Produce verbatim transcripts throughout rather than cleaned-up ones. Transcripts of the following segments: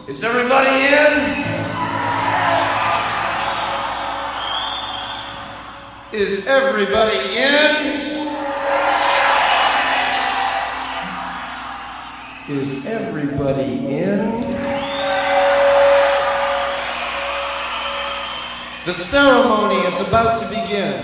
Is everybody in? Is everybody in? Is everybody in? The ceremony is about to begin.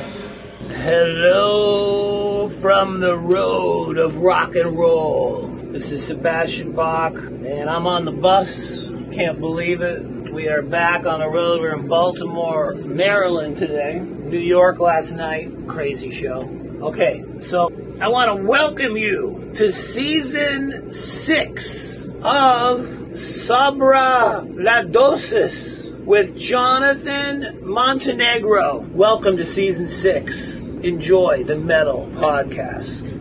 Hello from the road of rock and roll. This is Sebastian Bach, and I'm on the bus. Can't believe it. We are back on the road. We're in Baltimore, Maryland today. New York last night. Crazy show. Okay, so I want to welcome you to season six of Sabra La Dosis with Jonathan Montenegro. Welcome to season six. Enjoy the Metal Podcast.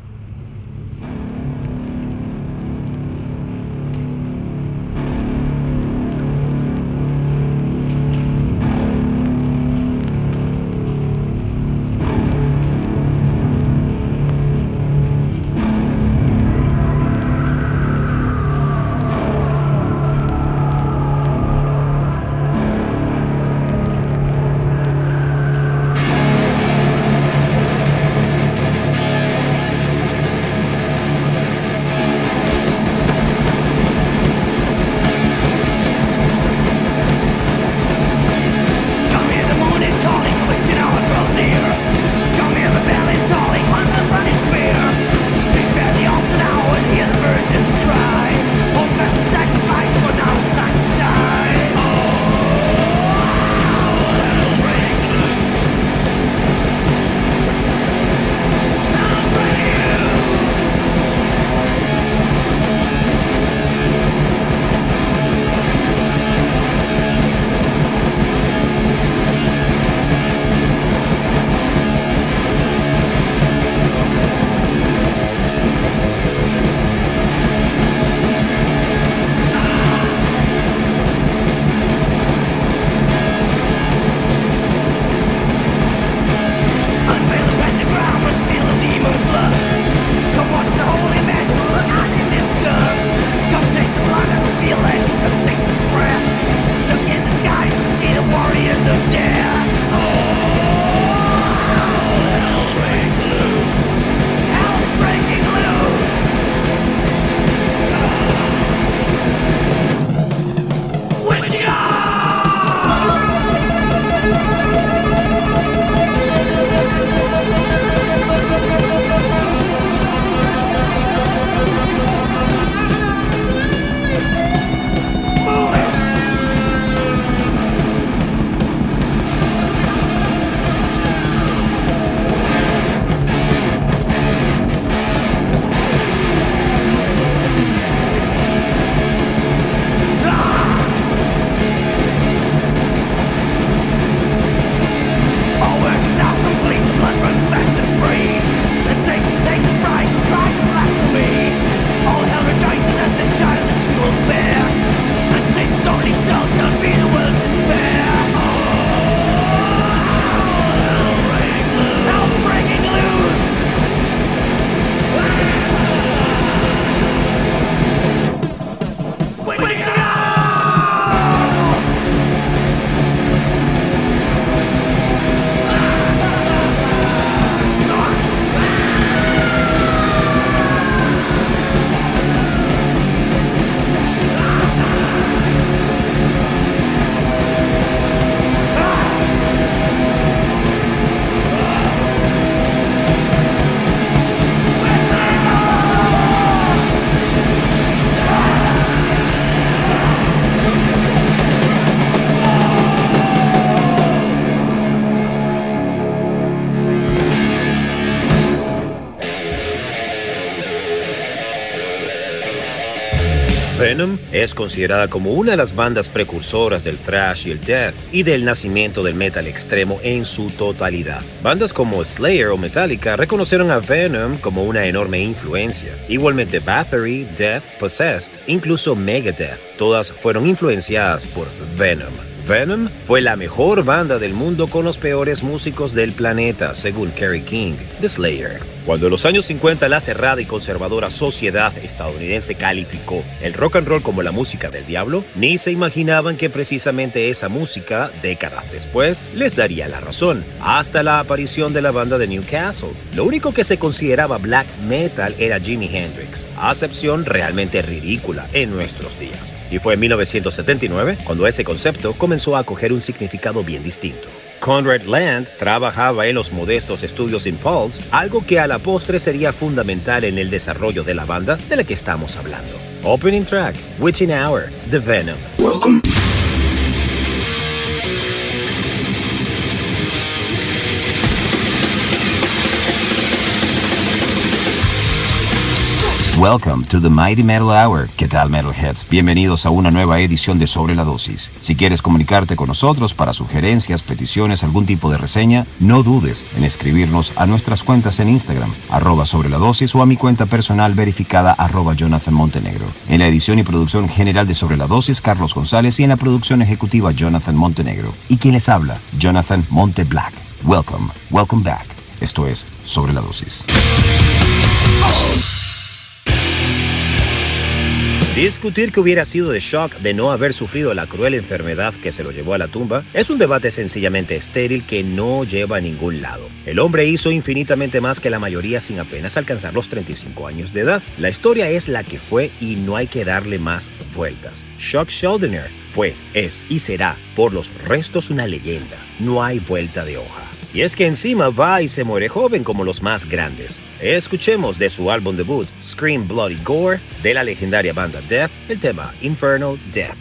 Venom es considerada como una de las bandas precursoras del thrash y el death y del nacimiento del metal extremo en su totalidad. Bandas como Slayer o Metallica reconocieron a Venom como una enorme influencia. Igualmente Bathory, Death, Possessed, incluso Megadeth, todas fueron influenciadas por Venom. Venom fue la mejor banda del mundo con los peores músicos del planeta, según Kerry King, de Slayer. Cuando en los años cincuenta la cerrada y conservadora sociedad estadounidense calificó el rock and roll como la música del diablo, ni se imaginaban que precisamente esa música, décadas después, les daría la razón, hasta la aparición de la banda de Newcastle. Lo único que se consideraba black metal era Jimi Hendrix, acepción realmente ridícula en nuestros días. Y fue en mil novecientos setenta y nueve cuando ese concepto comenzó a coger un significado bien distinto. Conrad Land trabajaba en los modestos estudios Impulse, algo que a la postre sería fundamental en el desarrollo de la banda de la que estamos hablando. Opening track, Witching Hour, The Venom. Welcome. Welcome to the Mighty Metal Hour. ¿Qué tal, Metalheads? Bienvenidos a una nueva edición de Sobre la Dosis. Si quieres comunicarte con nosotros para sugerencias, peticiones, algún tipo de reseña, no dudes en escribirnos a nuestras cuentas en Instagram, arroba Sobre la Dosis, o a mi cuenta personal verificada, arroba Jonathan Montenegro. En la edición y producción general de Sobre la Dosis, Carlos González, y en la producción ejecutiva, Jonathan Montenegro. ¿Y quién les habla? Jonathan Monte Black. Welcome, welcome back. Esto es Sobre la Dosis. Discutir que hubiera sido de shock de no haber sufrido la cruel enfermedad que se lo llevó a la tumba es un debate sencillamente estéril que no lleva a ningún lado. El hombre hizo infinitamente más que la mayoría sin apenas alcanzar los treinta y cinco años de edad. La historia es la que fue y no hay que darle más vueltas. Chuck Schuldiner fue, es y será por los restos una leyenda. No hay vuelta de hoja. Y es que encima va y se muere joven como los más grandes. Escuchemos de su álbum debut, Scream Bloody Gore, de la legendaria banda Death, el tema Infernal Death.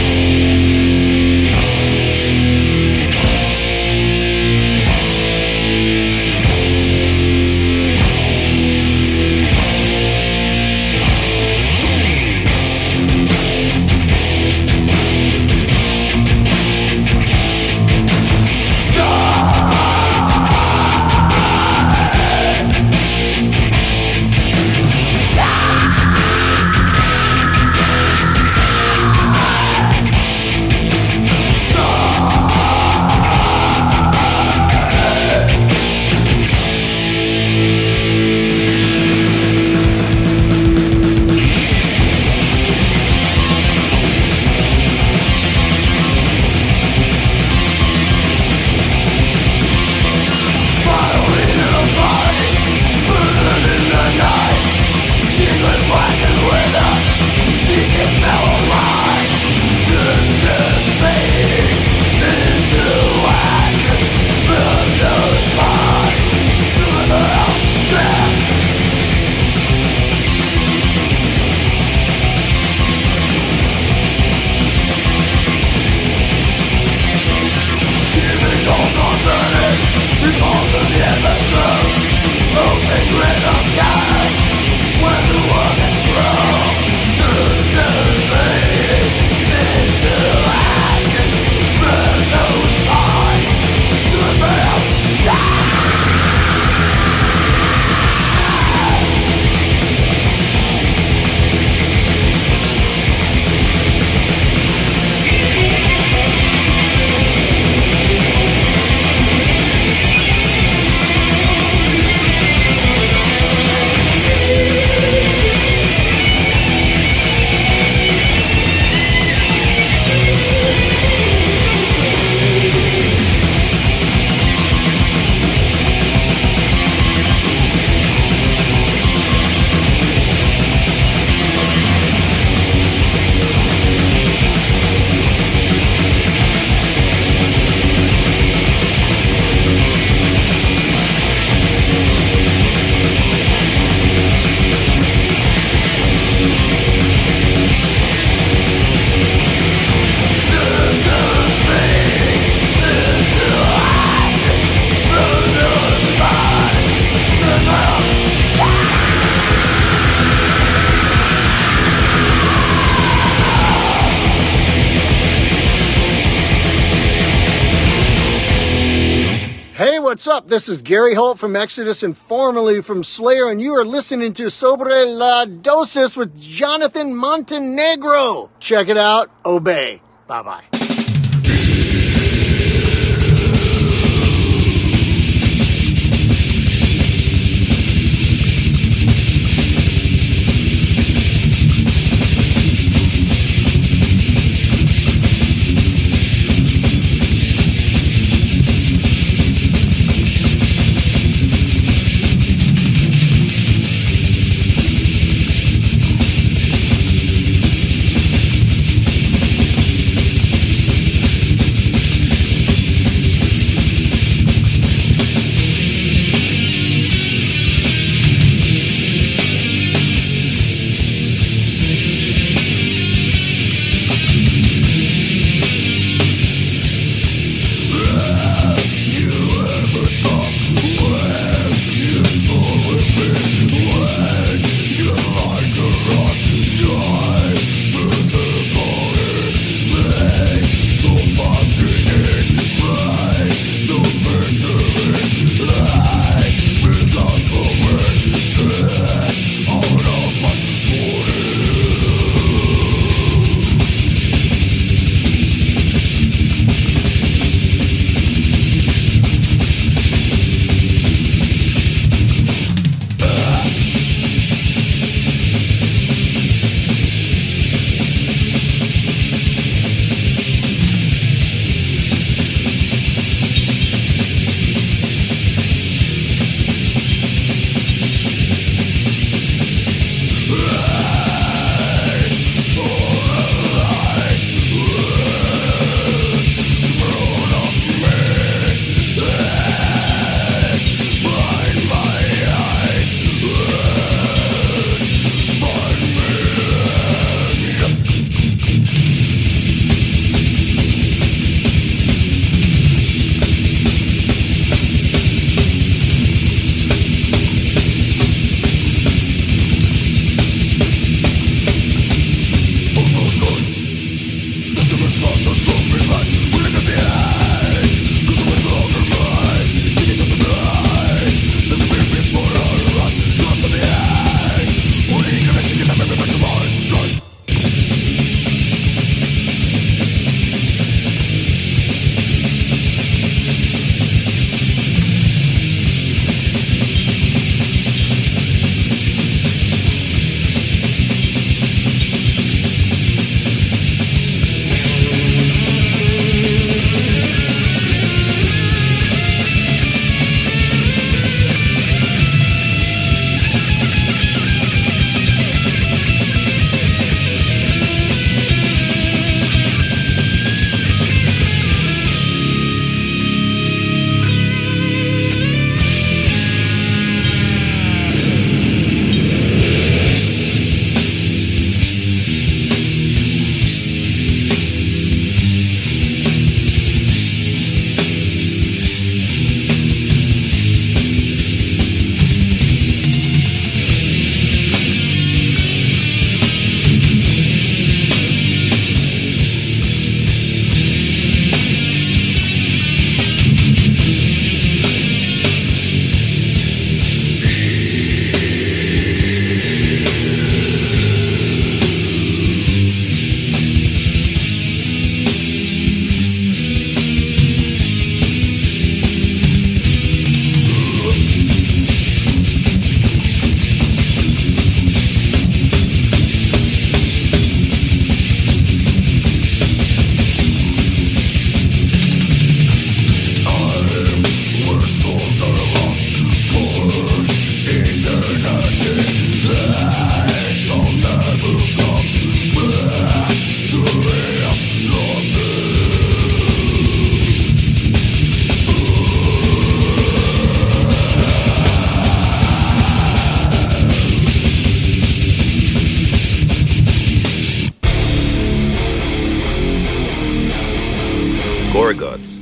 What's up? This is Gary Holt from Exodus and formerly from Slayer, and you are listening to Sobre la Dosis with Jonathan Montenegro. Check it out. Obey. Bye-bye.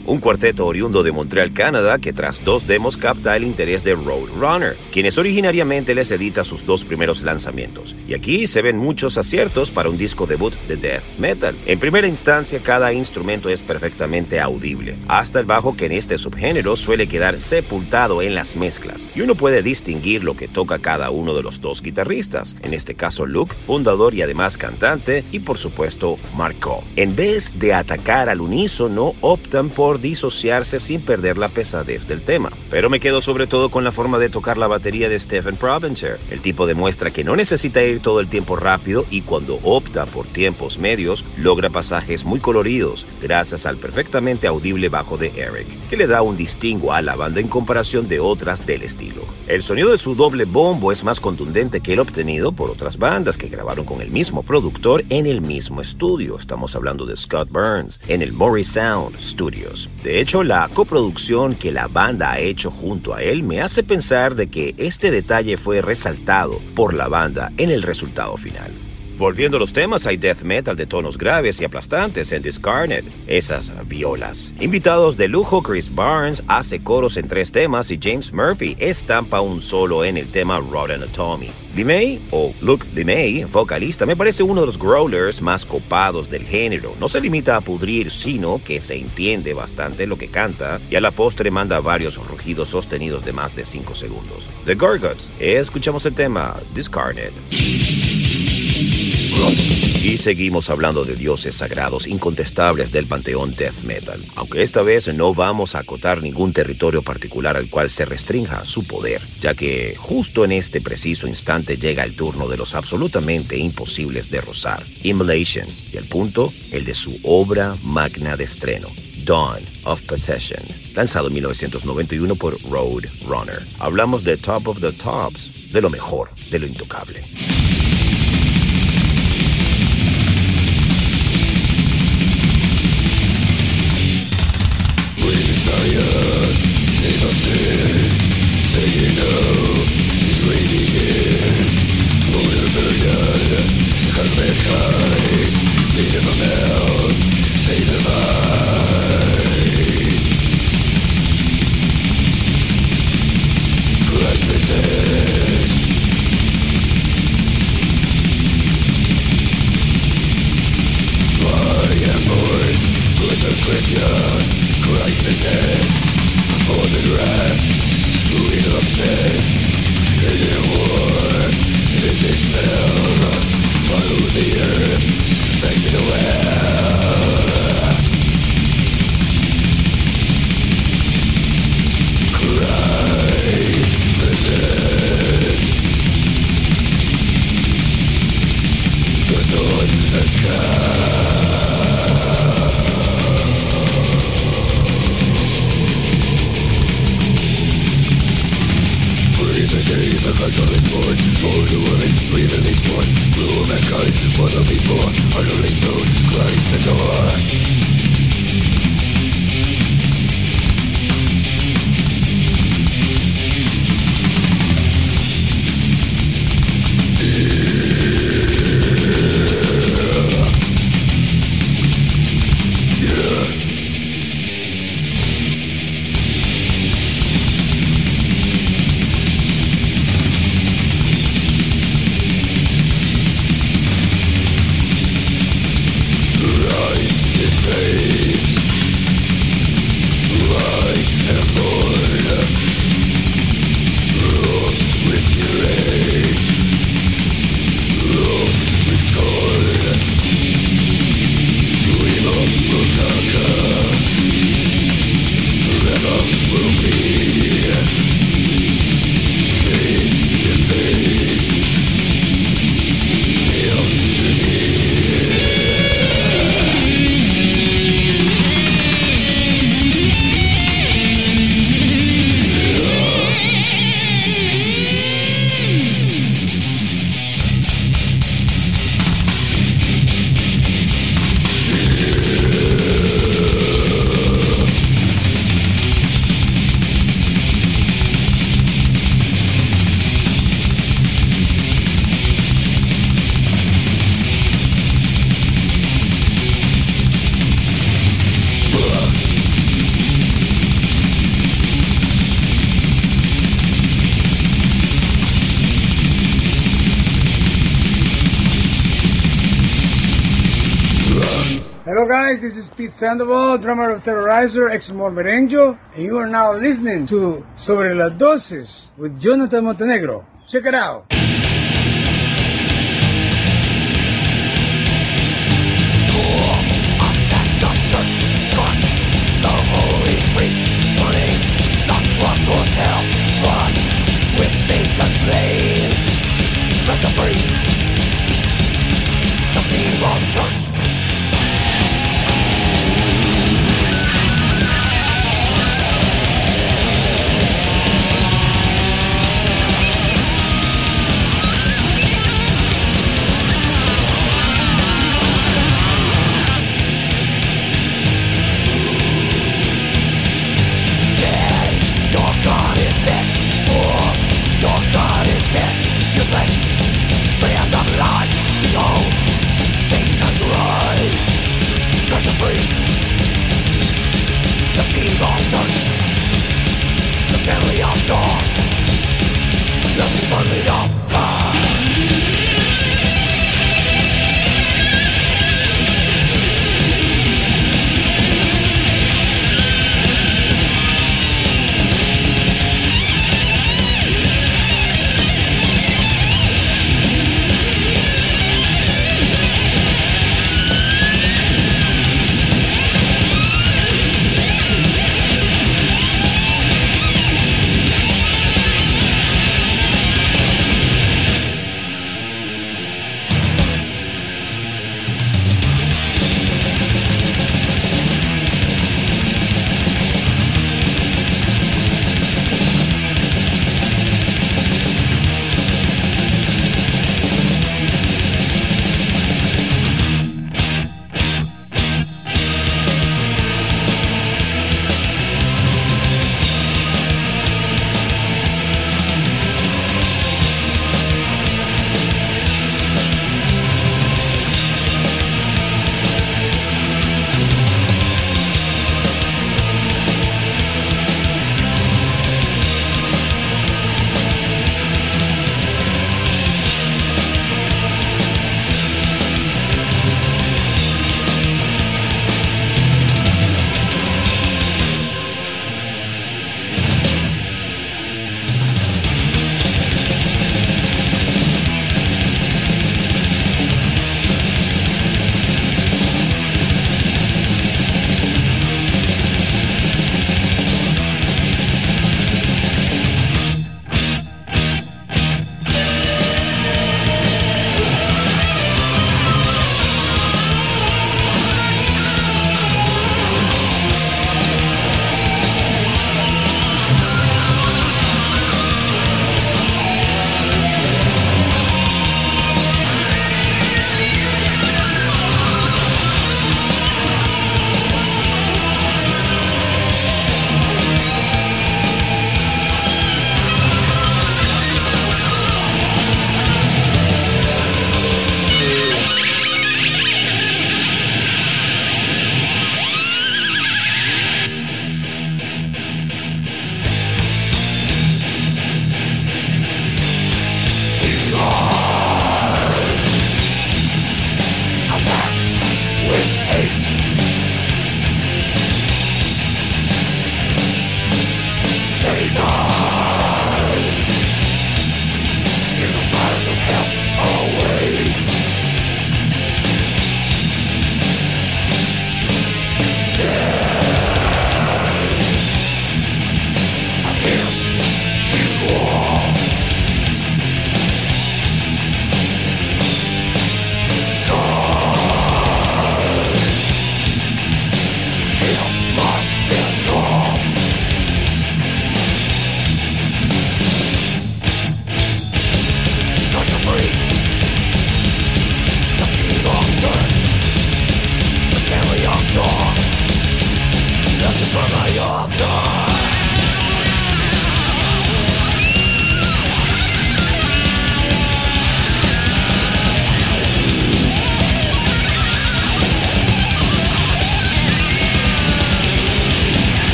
un cuarteto oriundo de Montreal, Canadá, que tras dos demos capta el interés de Roadrunner, quienes originariamente les edita sus dos primeros lanzamientos. Y aquí se ven muchos aciertos para un disco debut de death metal. En primera instancia, cada instrumento es perfectamente audible, hasta el bajo, que en este subgénero suele quedar sepultado en las mezclas, y uno puede distinguir lo que toca cada uno de los dos guitarristas, en este caso Luke, fundador y además cantante, y por supuesto Marco. En vez de atacar al unísono, optan por disociarse sin perder la pesadez del tema. Pero me quedo sobre todo con la forma de tocar la batería de Stephen Provencher. El tipo demuestra que no necesita ir todo el tiempo rápido, y cuando opta por tiempos medios, logra pasajes muy coloridos gracias al perfectamente audible bajo de Eric, que le da un distingo a la banda en comparación de otras del estilo. El sonido de su doble bombo es más contundente que el obtenido por otras bandas que grabaron con el mismo productor en el mismo estudio. Estamos hablando de Scott Burns en el Murray Sound Studios. De hecho, la coproducción que la banda ha hecho junto a él me hace pensar de que este detalle fue resaltado por la banda en el resultado final. Volviendo a los temas, hay death metal de tonos graves y aplastantes en Discarnate, esas violas. Invitados de lujo, Chris Barnes hace coros en tres temas y James Murphy estampa un solo en el tema Rotten Anatomy. LeMay, o Luke LeMay, vocalista, me parece uno de los growlers más copados del género. No se limita a pudrir, sino que se entiende bastante lo que canta, y a la postre manda varios rugidos sostenidos de más de cinco segundos. The Gorguts, escuchamos el tema Discarnate. Y seguimos hablando de dioses sagrados incontestables del panteón death metal, aunque esta vez no vamos a acotar ningún territorio particular al cual se restrinja su poder, ya que justo en este preciso instante llega el turno de los absolutamente imposibles de rozar, Immolation, y el punto, el de su obra magna de estreno, Dawn of Possession, lanzado en mil novecientos noventa y uno por Roadrunner. Hablamos de Top of the Tops, de lo mejor, de lo intocable. Crack the Hello guys, this is Pete Sandoval, drummer of Terrorizer, ex-Amor Merenjo, and you are now listening to Sobre las Dosis with Jonathan Montenegro. Check it out. Towards hell, run with Satan's flames. Crush a priest, the feeble church.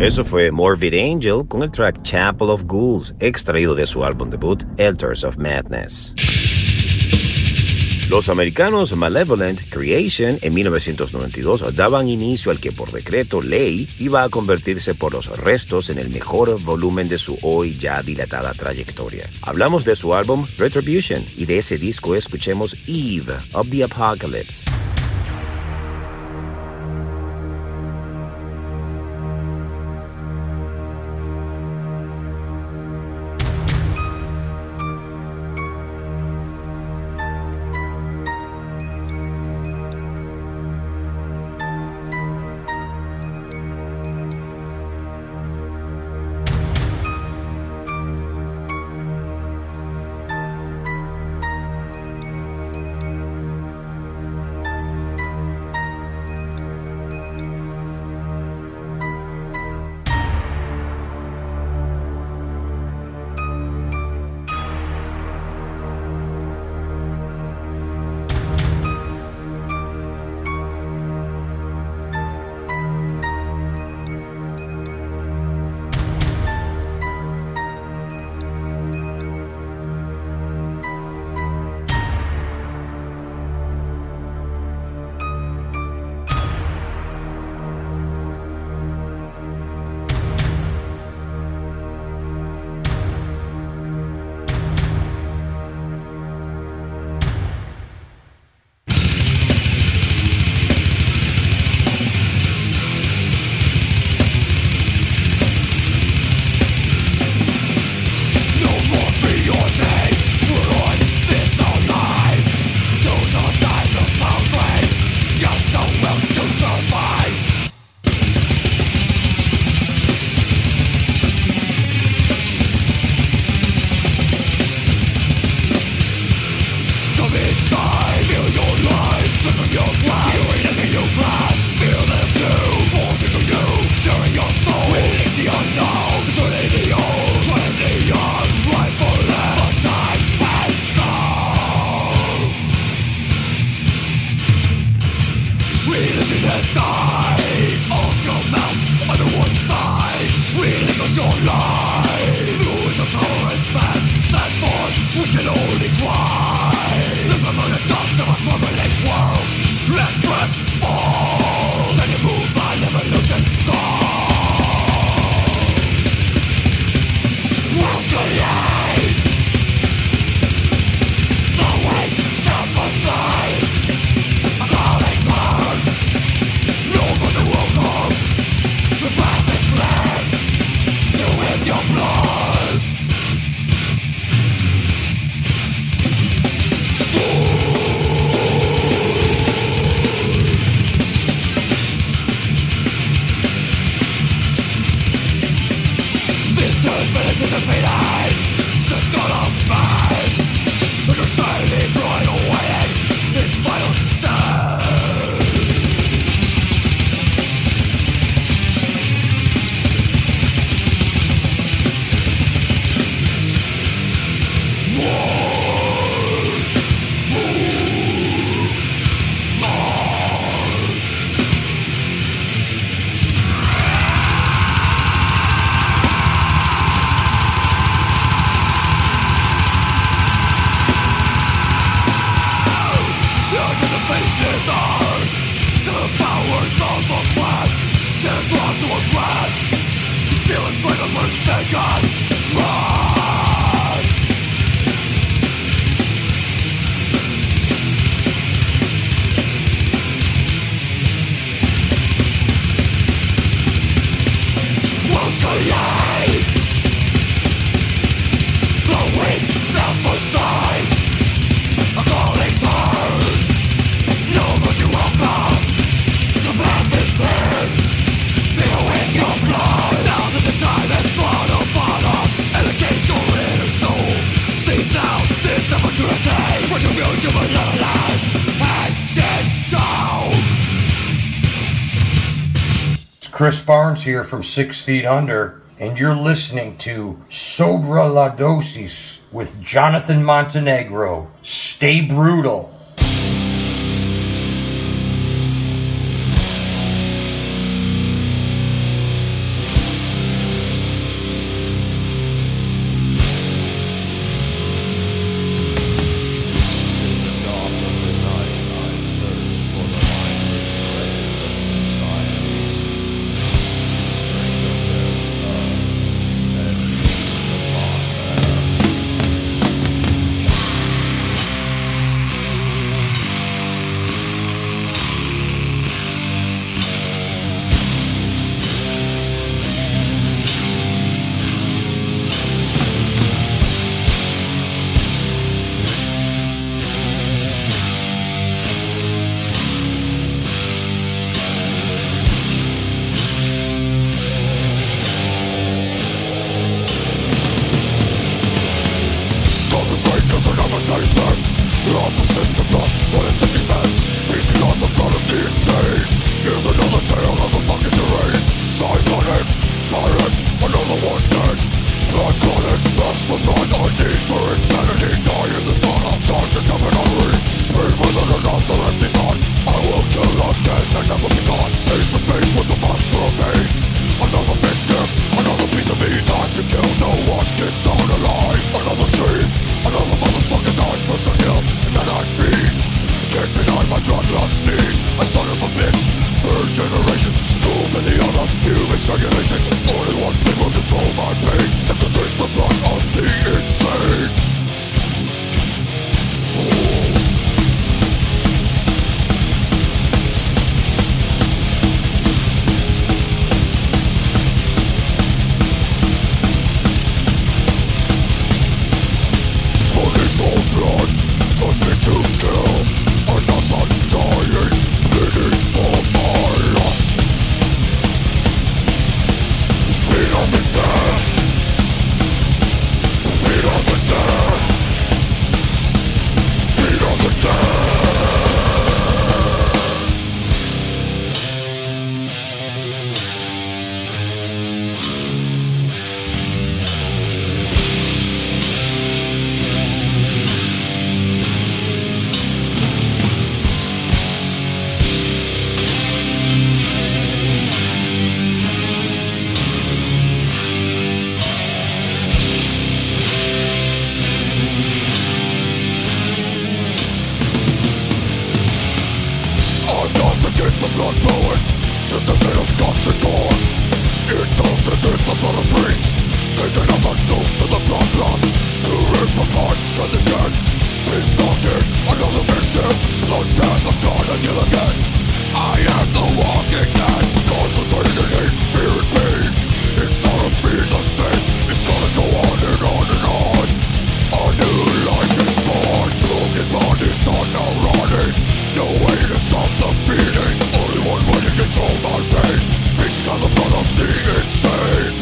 Eso fue Morbid Angel con el track Chapel of Ghouls, extraído de su álbum debut, Altars of Madness. Los americanos Malevolent Creation en mil novecientos noventa y dos daban inicio al que por decreto ley iba a convertirse por los restos en el mejor volumen de su hoy ya dilatada trayectoria. Hablamos de su álbum Retribution y de ese disco escuchemos Eve of the Apocalypse. Chris Barnes here from Six Feet Under, and you're listening to Sobre la Dosis with Jonathan Montenegro. Stay brutal. the what is immense, feasting on the blood of the insane. Here's another tale of a fucking deranged. Silent, silent, another one dead. Blood clotted, lust for blood, a need for insanity. Die in the sauna, time to dump an artery. Pain within another empty thought. I will kill again and never be gone. Face to face with the monster of hate. Another victim, another piece of me. Time to kill, no one gets out alive. Another stream, another motherfucker dies for some ill, and then I feed. Can't deny my bloodlust need. A son of a bitch, third generation, schooled in the art of human strangulation. Only one thing will control my pain. It's to drink the blood of the insane. Ooh. Blood, just me to kill. Another dying, bleeding for my lust. Feed on the dead. Feed on the dead. Feed on the dead. The blood flowing, just a bit of guts and gore. Indulges in the blood of freaks. Take another dose of the bloodlust to rip apart and the dead. Be stalking another victim. Bloodbath, I'm gonna kill again. I am the walking dead. Concentrated in hate, fear and pain. Inside of me the same. It's gonna go on and on and on. A new life is born. Broken bodies are now rotting. No way to stop the feeding. Only one way to control my pain. Feasting on the blood of the insane.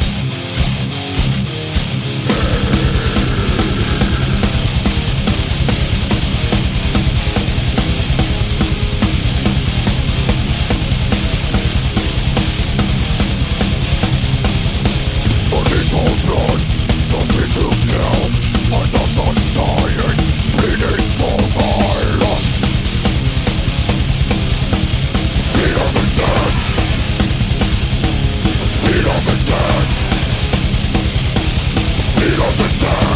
Burning for blood, just me to kill. Another dying, bleeding for my lust. Feed on the dead. Feed on the dead. Feed on the dead.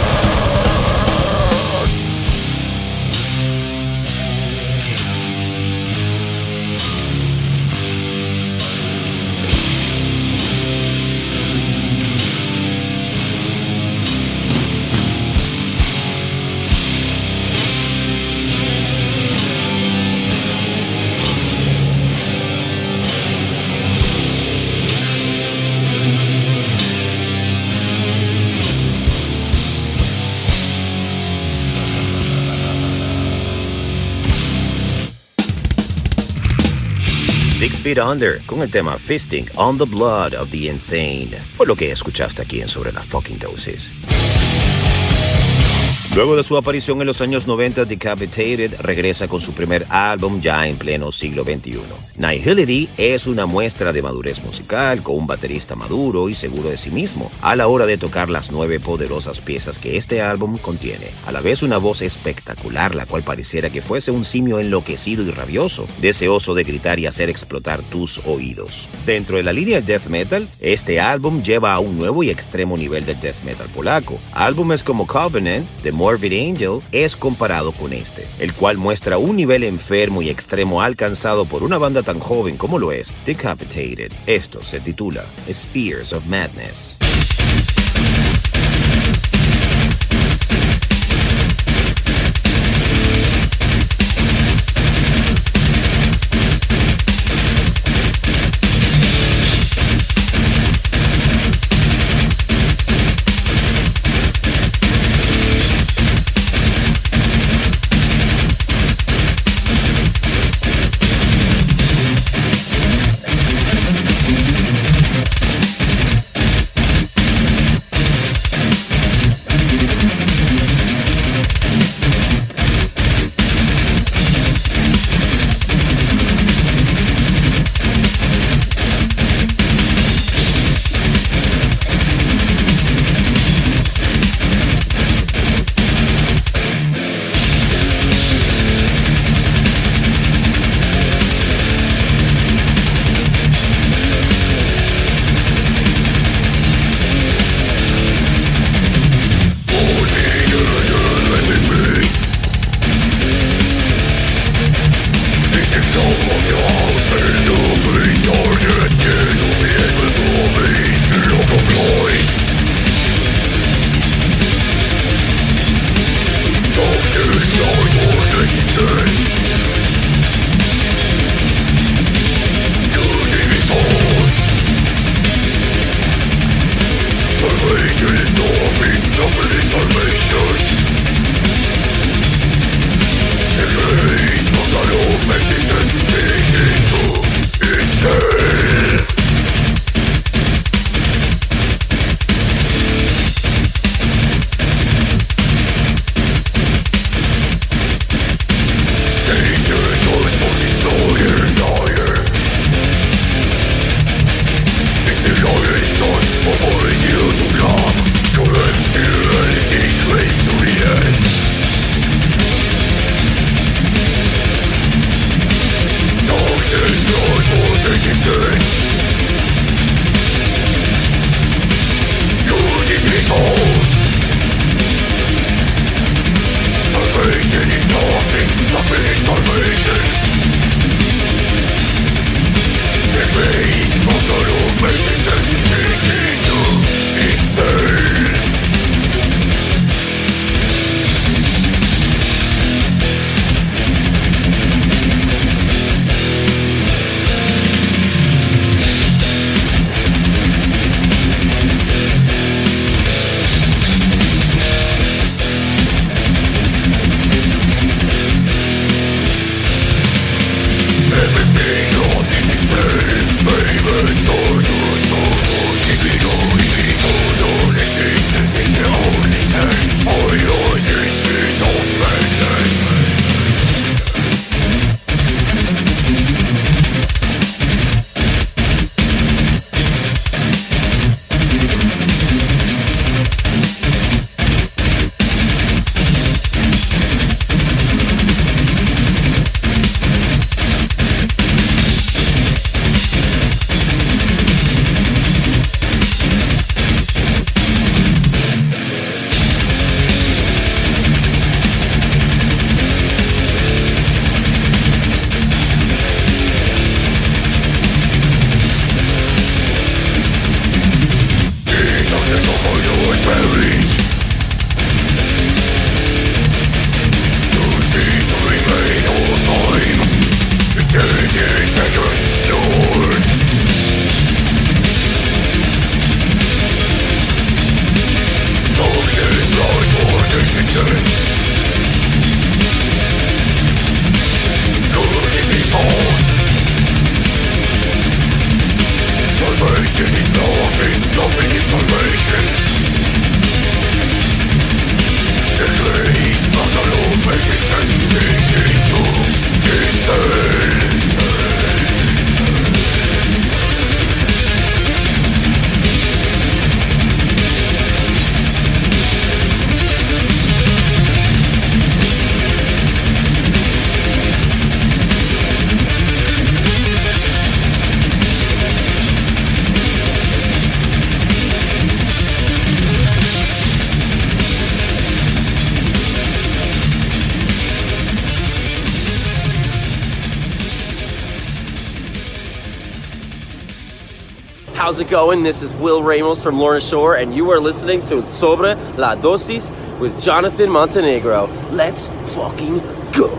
Six Feet Under, con el tema Fisting on the Blood of the Insane. Fue lo que escuchaste aquí en Sobre la Fucking Dosis. Luego de su aparición en los años noventa, Decapitated regresa con su primer álbum ya en pleno siglo veintiuno. Nihility es una muestra de madurez musical, con un baterista maduro y seguro de sí mismo a la hora de tocar las nueve poderosas piezas que este álbum contiene. A la vez una voz espectacular, la cual pareciera que fuese un simio enloquecido y rabioso, deseoso de gritar y hacer explotar tus oídos. Dentro de la línea death metal, este álbum lleva a un nuevo y extremo nivel del death metal polaco. Álbumes como Covenant, The Morbid Angel es comparado con este, el cual muestra un nivel enfermo y extremo alcanzado por una banda tan joven como lo es Decapitated. Esto se titula Spheres of Madness. How's it going? This is Will Ramos from Lorna Shore, and you are listening to Sobre la Dosis with Jonathan Montenegro. Let's fucking go.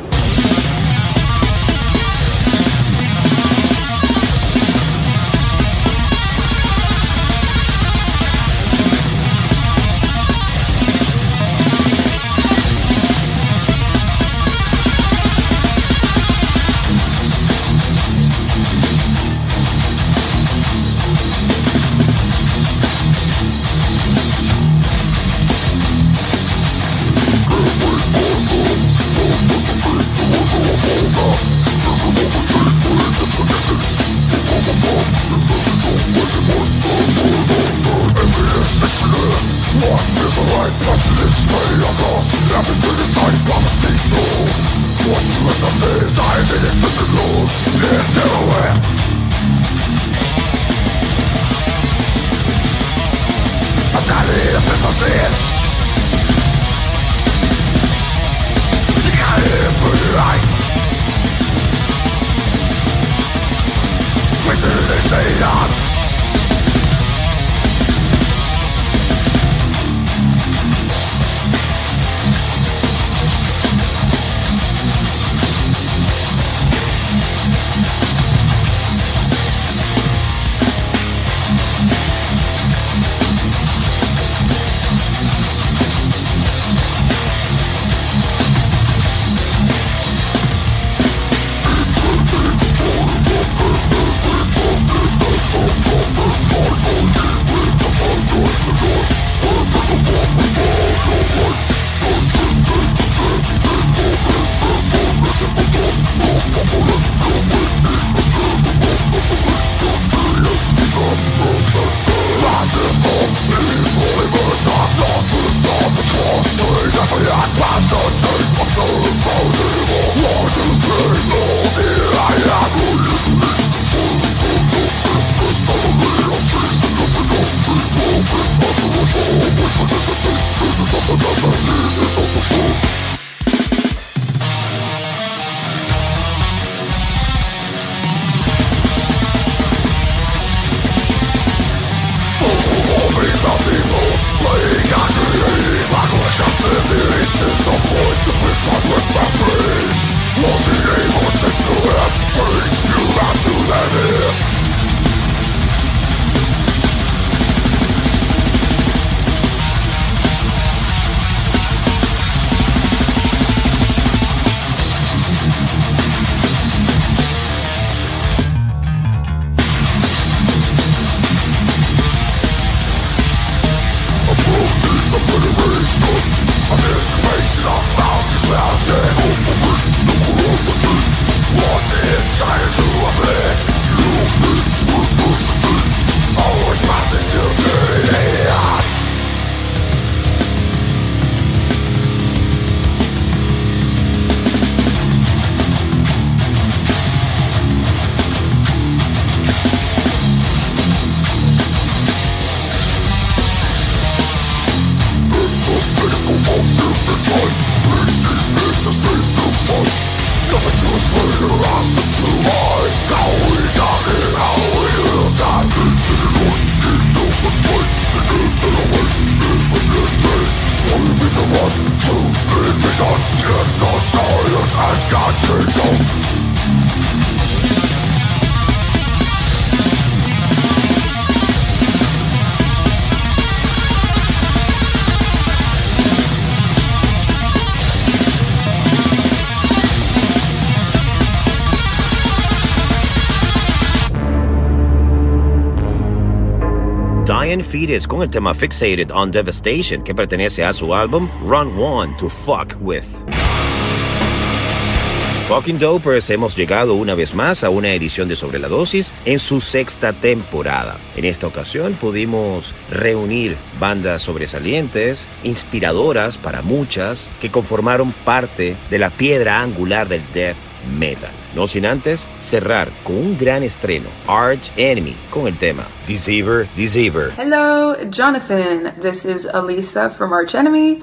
Dying Fetus con el tema Fixated on Devastation, que pertenece a su álbum Run One to Fuck With. Fucking Dopers, hemos llegado una vez más a una edición de Sobre la Dosis en su sexta temporada. En esta ocasión pudimos reunir bandas sobresalientes, inspiradoras para muchas, que conformaron parte de la piedra angular del death metal. No sin antes cerrar con un gran estreno, Arch Enemy, con el tema Deceiver, Deceiver. Hello, Jonathan. This is Elisa from Arch Enemy.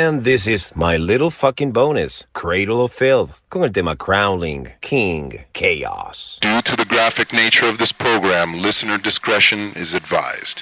And this is my little fucking bonus, Cradle of Filth, con el tema Crowning King Chaos. Due to the graphic nature of this program, listener discretion is advised.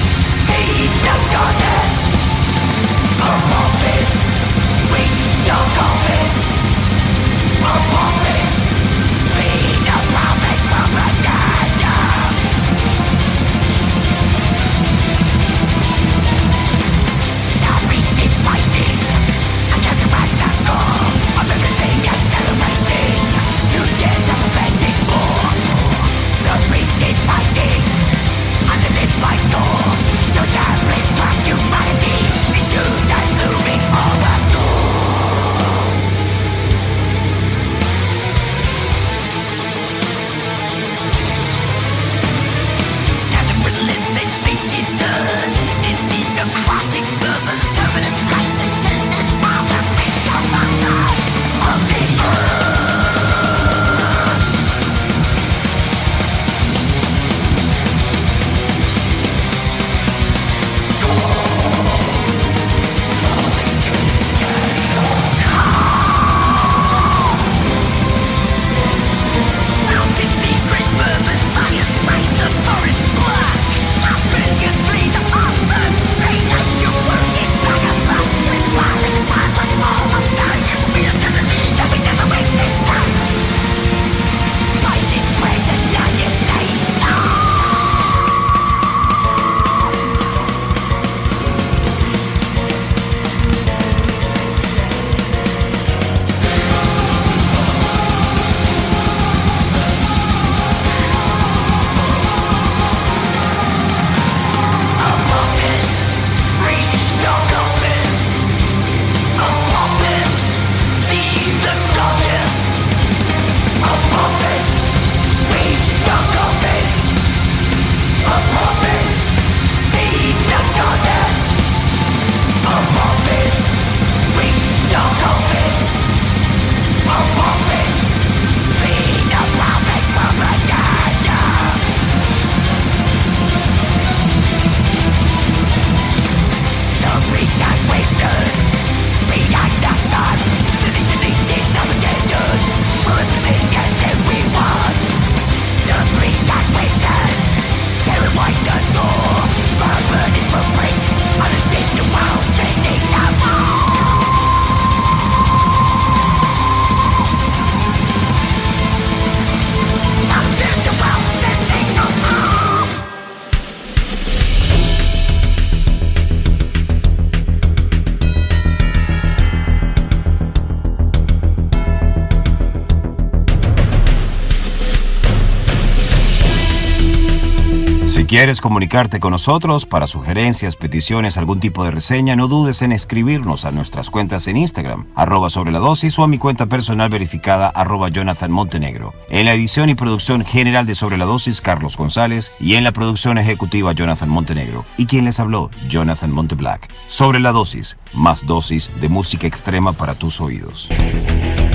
Don't quieres comunicarte con nosotros para sugerencias, peticiones, algún tipo de reseña, no dudes en escribirnos a nuestras cuentas en Instagram, arroba sobre la dosis, o a mi cuenta personal verificada, arroba Jonathan Montenegro. En la edición y producción general de Sobre la Dosis, Carlos González, y en la producción ejecutiva, Jonathan Montenegro. Y quien les habló, Jonathan Monteblack. Sobre la Dosis, más dosis de música extrema para tus oídos.